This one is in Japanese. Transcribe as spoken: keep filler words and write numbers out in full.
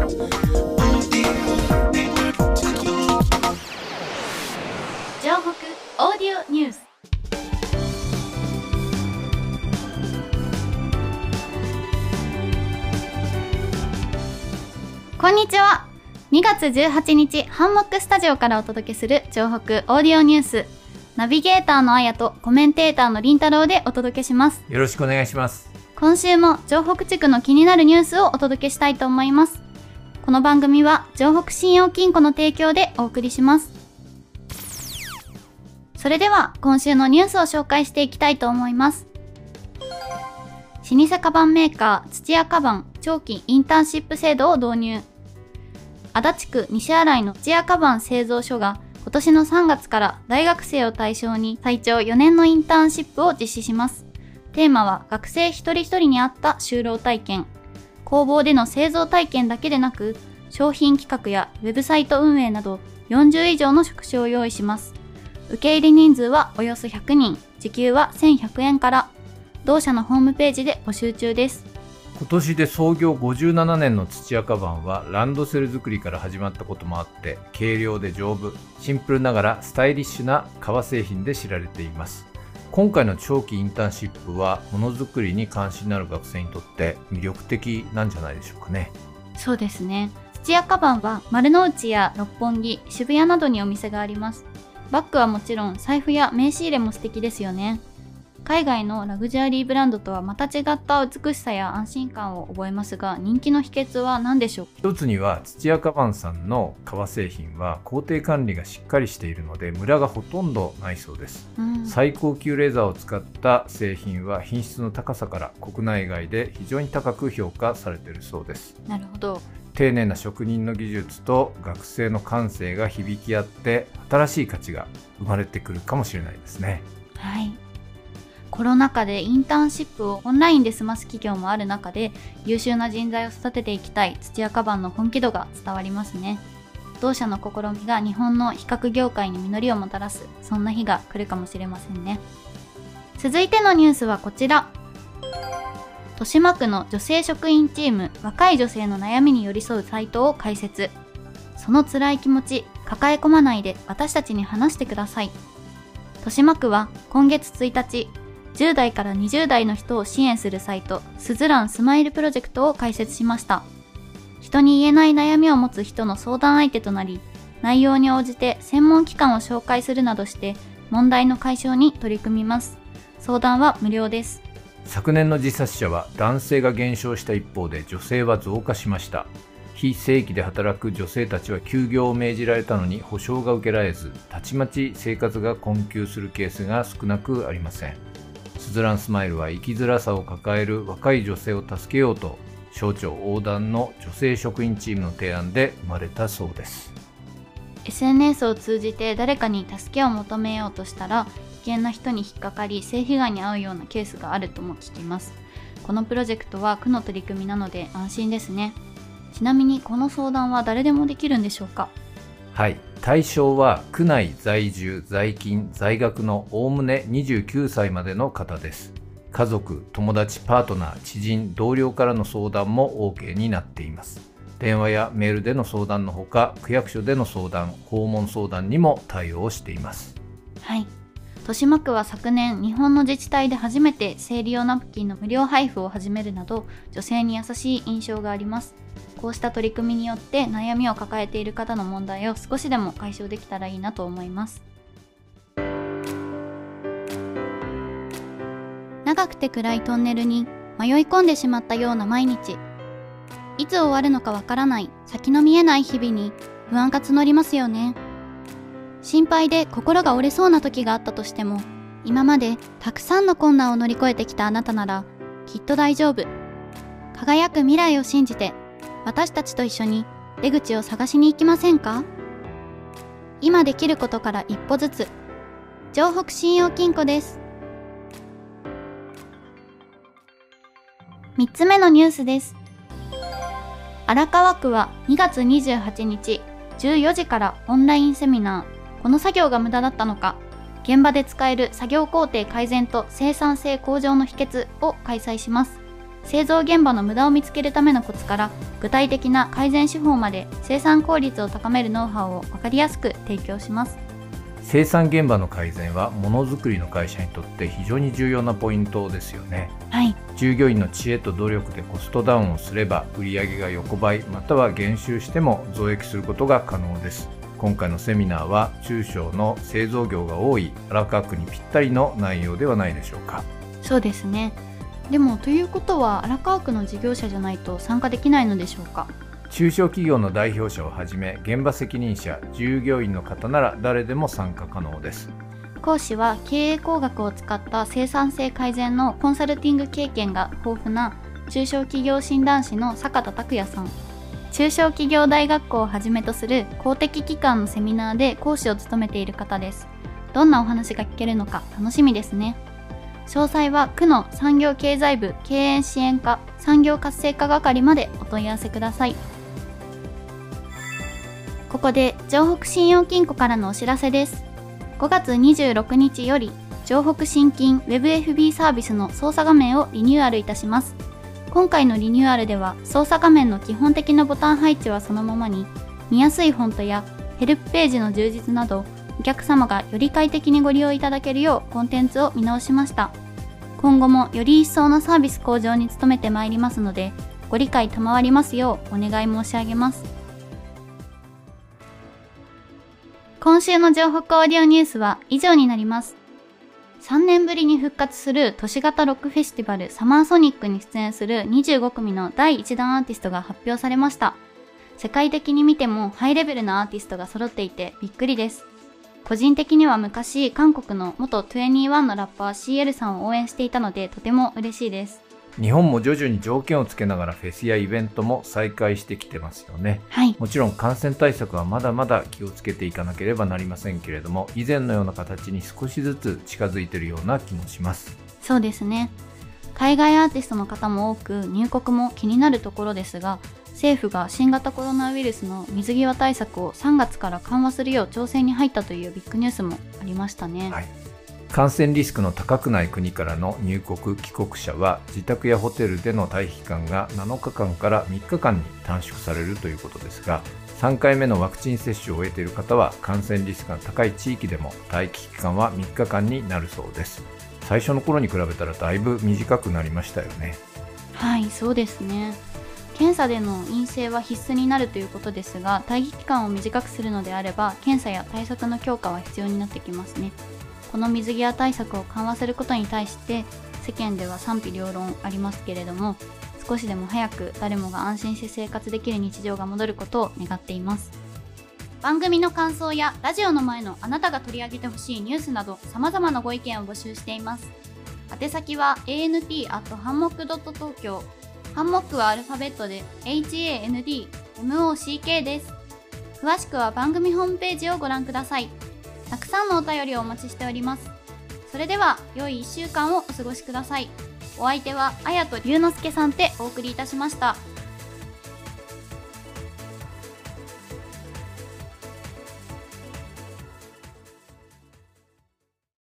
オーディオニュース。こんにちは。にがつじゅうはちにち、ハンモックスタジオからお届けする城北オーディオニュース。ナビゲーターのあやとコメンテーターのりんたろうでお届けします。 よろしくお願いします。 今週も城北地区の気になるニュースをお届けしたいと思います。この番組は城北信用金庫の提供でお送りします。それでは今週のニュースを紹介していきたいと思います。老舗カバンメーカー土屋カバン長期インターンシップ制度を導入。足立区西新井の土屋カバン製造所が今年のさんがつから大学生を対象に最長よねんのインターンシップを実施します。テーマは学生一人一人に合った就労体験。工房での製造体験だけでなく、商品企画やウェブサイト運営などよんじゅういじょうの職種を用意します。受け入れ人数はおよそひゃくにん、時給はせんひゃくえんから、同社のホームページで募集中です。 今年で創業ごじゅうななねんの土屋カバンはランドセル作りから始まったこともあって、軽量で丈夫、シンプルながらスタイリッシュな革製品で知られています。今回の長期インターンシップはものづくりに関心のある学生にとって魅力的なんじゃないでしょうかね。 そうですね。土屋カバンは丸の内や六本木、渋谷などにお店があります。バッグはもちろん財布や名刺入れも素敵ですよね。海外のラグジュアリーブランドとはまた違った美しさや安心感を覚えますが、人気の秘訣は何でしょう？ 一つには土屋カバンさんの革製品は工程管理がしっかりしているのでムラがほとんどないそうです、うん、最高級レザーを使った製品は品質の高さから国内外で非常に高く評価されているそうです。 なるほど。 丁寧な職人の技術と学生の感性が響き合って新しい価値が生まれてくるかもしれないですね。 はい。コロナ禍でインターンシップをオンラインで済ます企業もある中で、優秀な人材を育てていきたい土屋カバンの本気度が伝わりますね。同社の試みが日本の皮革業界に実りをもたらす、そんな日が来るかもしれませんね。続いてのニュースはこちら。豊島区の女性職員チーム、若い女性の悩みに寄り添うサイトを開設。その辛い気持ち、抱え込まないで私たちに話してください。豊島区は今月ついたち、じゅうだいからにじゅうだいの人を支援するサイト、すずらんスマイルプロジェクトを開設しました。人に言えない悩みを持つ人の相談相手となり、内容に応じて専門機関を紹介するなどして問題の解消に取り組みます。相談は無料です。 昨年の自殺者は男性が減少した一方で女性は増加しました。非正規で働く女性たちは休業を命じられたのに保障が受けられず、たちまち生活が困窮するケースが少なくありません。すずらんスマイルは生きづらさを抱える若い女性を助けようと、省庁横断の女性職員チームの提案で生まれたそうです。 エスエヌエス を通じて誰かに助けを求めようとしたら、危険な人に引っかかり性被害に遭うようなケースがあるとも聞きます。このプロジェクトは区の取り組みなので安心ですね。ちなみにこの相談は誰でもできるんでしょうか？ はい、対象は区内在住、在勤、在学のおおむねにじゅうきゅうさいまでの方です。家族、友達、パートナー、知人、同僚からの相談も OK になっています。電話やメールでの相談のほか、区役所での相談、訪問相談にも対応しています。 はい。豊島区は昨年、日本の自治体で初めて生理用ナプキンの無料配布を始めるなど、女性に優しい印象があります。こうした取り組みによって悩みを抱えている方の問題を少しでも解消できたらいいなと思います。長くて暗いトンネルに迷い込んでしまったような毎日。いつ終わるのかわからない先の見えない日々に不安が募りますよね。心配で心が折れそうな時があったとしても、今までたくさんの困難を乗り越えてきたあなたならきっと大丈夫。輝く未来を信じて、私たちと一緒に出口を探しに行きませんか？今できることから一歩ずつ。城北信用金庫です。みっつめのニュースです。荒川区はにがつにじゅうはちにちじゅうよじからオンラインセミナー、この作業が無駄だったのか、現場で使える作業工程改善と生産性向上の秘訣を開催します。 製造現場の無駄を見つけるためのコツから具体的な改善手法まで生産効率を高めるノウハウを分かりやすく提供します。 生産現場の改善はものづくりの会社にとって非常に重要なポイントですよね。 はい、 従業員の知恵と努力でコストダウンをすれば売上が横ばいまたは減収しても増益することが可能です。今回のセミナーは中小の製造業が多い荒川区にぴったりの内容ではないでしょうか。 そうですね。でもということは荒川区の事業者じゃないと参加できないのでしょうか。 中小企業の代表者をはじめ現場責任者、従業員の方なら誰でも参加可能です。 講師は経営工学を使った生産性改善のコンサルティング経験が豊富な中小企業診断士の坂田拓也さん。中小企業大学校をはじめとする公的機関のセミナーで講師を務めている方です。どんなお話が聞けるのか楽しみですね。詳細は区の産業経済部経営支援課産業活性化係までお問い合わせください。ここで城北信用金庫からのお知らせです。ごがつにじゅうろくにちより城北信金 ウェブエフビー サービスの操作画面をリニューアルいたします。今回のリニューアルでは操作画面の基本的なボタン配置はそのままに、見やすいフォントやヘルプページの充実などお客様がより快適にご利用いただけるようコンテンツを見直しました。今後もより一層のサービス向上に努めてまいりますので、ご理解賜りますようお願い申し上げます。今週の城北オーディオニュースは以上になります。さんねんぶりに復活する都市型ロックフェスティバルサマーソニックに出演するにじゅうごくみのだいいちだんアーティストが発表されました。世界的に見てもハイレベルなアーティストが揃っていてびっくりです。個人的には昔韓国の元にじゅういちのラッパー シーエル さんを応援していたのでとても嬉しいです。 日本も徐々に条件をつけながらフェスやイベントも再開してきてますよね。 はい、 もちろん感染対策はまだまだ気をつけていかなければなりませんけれども、以前のような形に少しずつ近づいているような気もします。 そうですね。海外アーティストの方も多く入国も気になるところですが、政府が新型コロナウイルスの水際対策をさんがつから緩和するよう調整に入ったというビッグニュースもありましたね。 はい、感染リスクの高くない国からの入国・帰国者は自宅やホテルでの待機期間がなのかかんからみっかかんに短縮されるということですが、さんかいめのワクチン接種を終えている方は感染リスクが高い地域でも待機期間はみっかかんになるそうです。最初の頃に比べたらだいぶ短くなりましたよね。 はい、そうですね。検査での陰性は必須になるということですが、待機期間を短くするのであれば検査や対策の強化は必要になってきますね。この水際対策を緩和することに対して世間では賛否両論ありますけれども、少しでも早く誰もが安心して生活できる日常が戻ることを願っています。番組の感想やラジオの前のあなたが取り上げてほしいニュースなど様々なご意見を募集しています。宛先は エーエヌピー アット ハンモック ドット 東京。ハンモックはアルファベットで エイチエーエヌディーエムオーシーケー です。詳しくは番組ホームページをご覧ください。たくさんのお便りをお待ちしております。それでは良いいっしゅうかんをお過ごしください。お相手はあやと龍之介さんでお送りいたしました。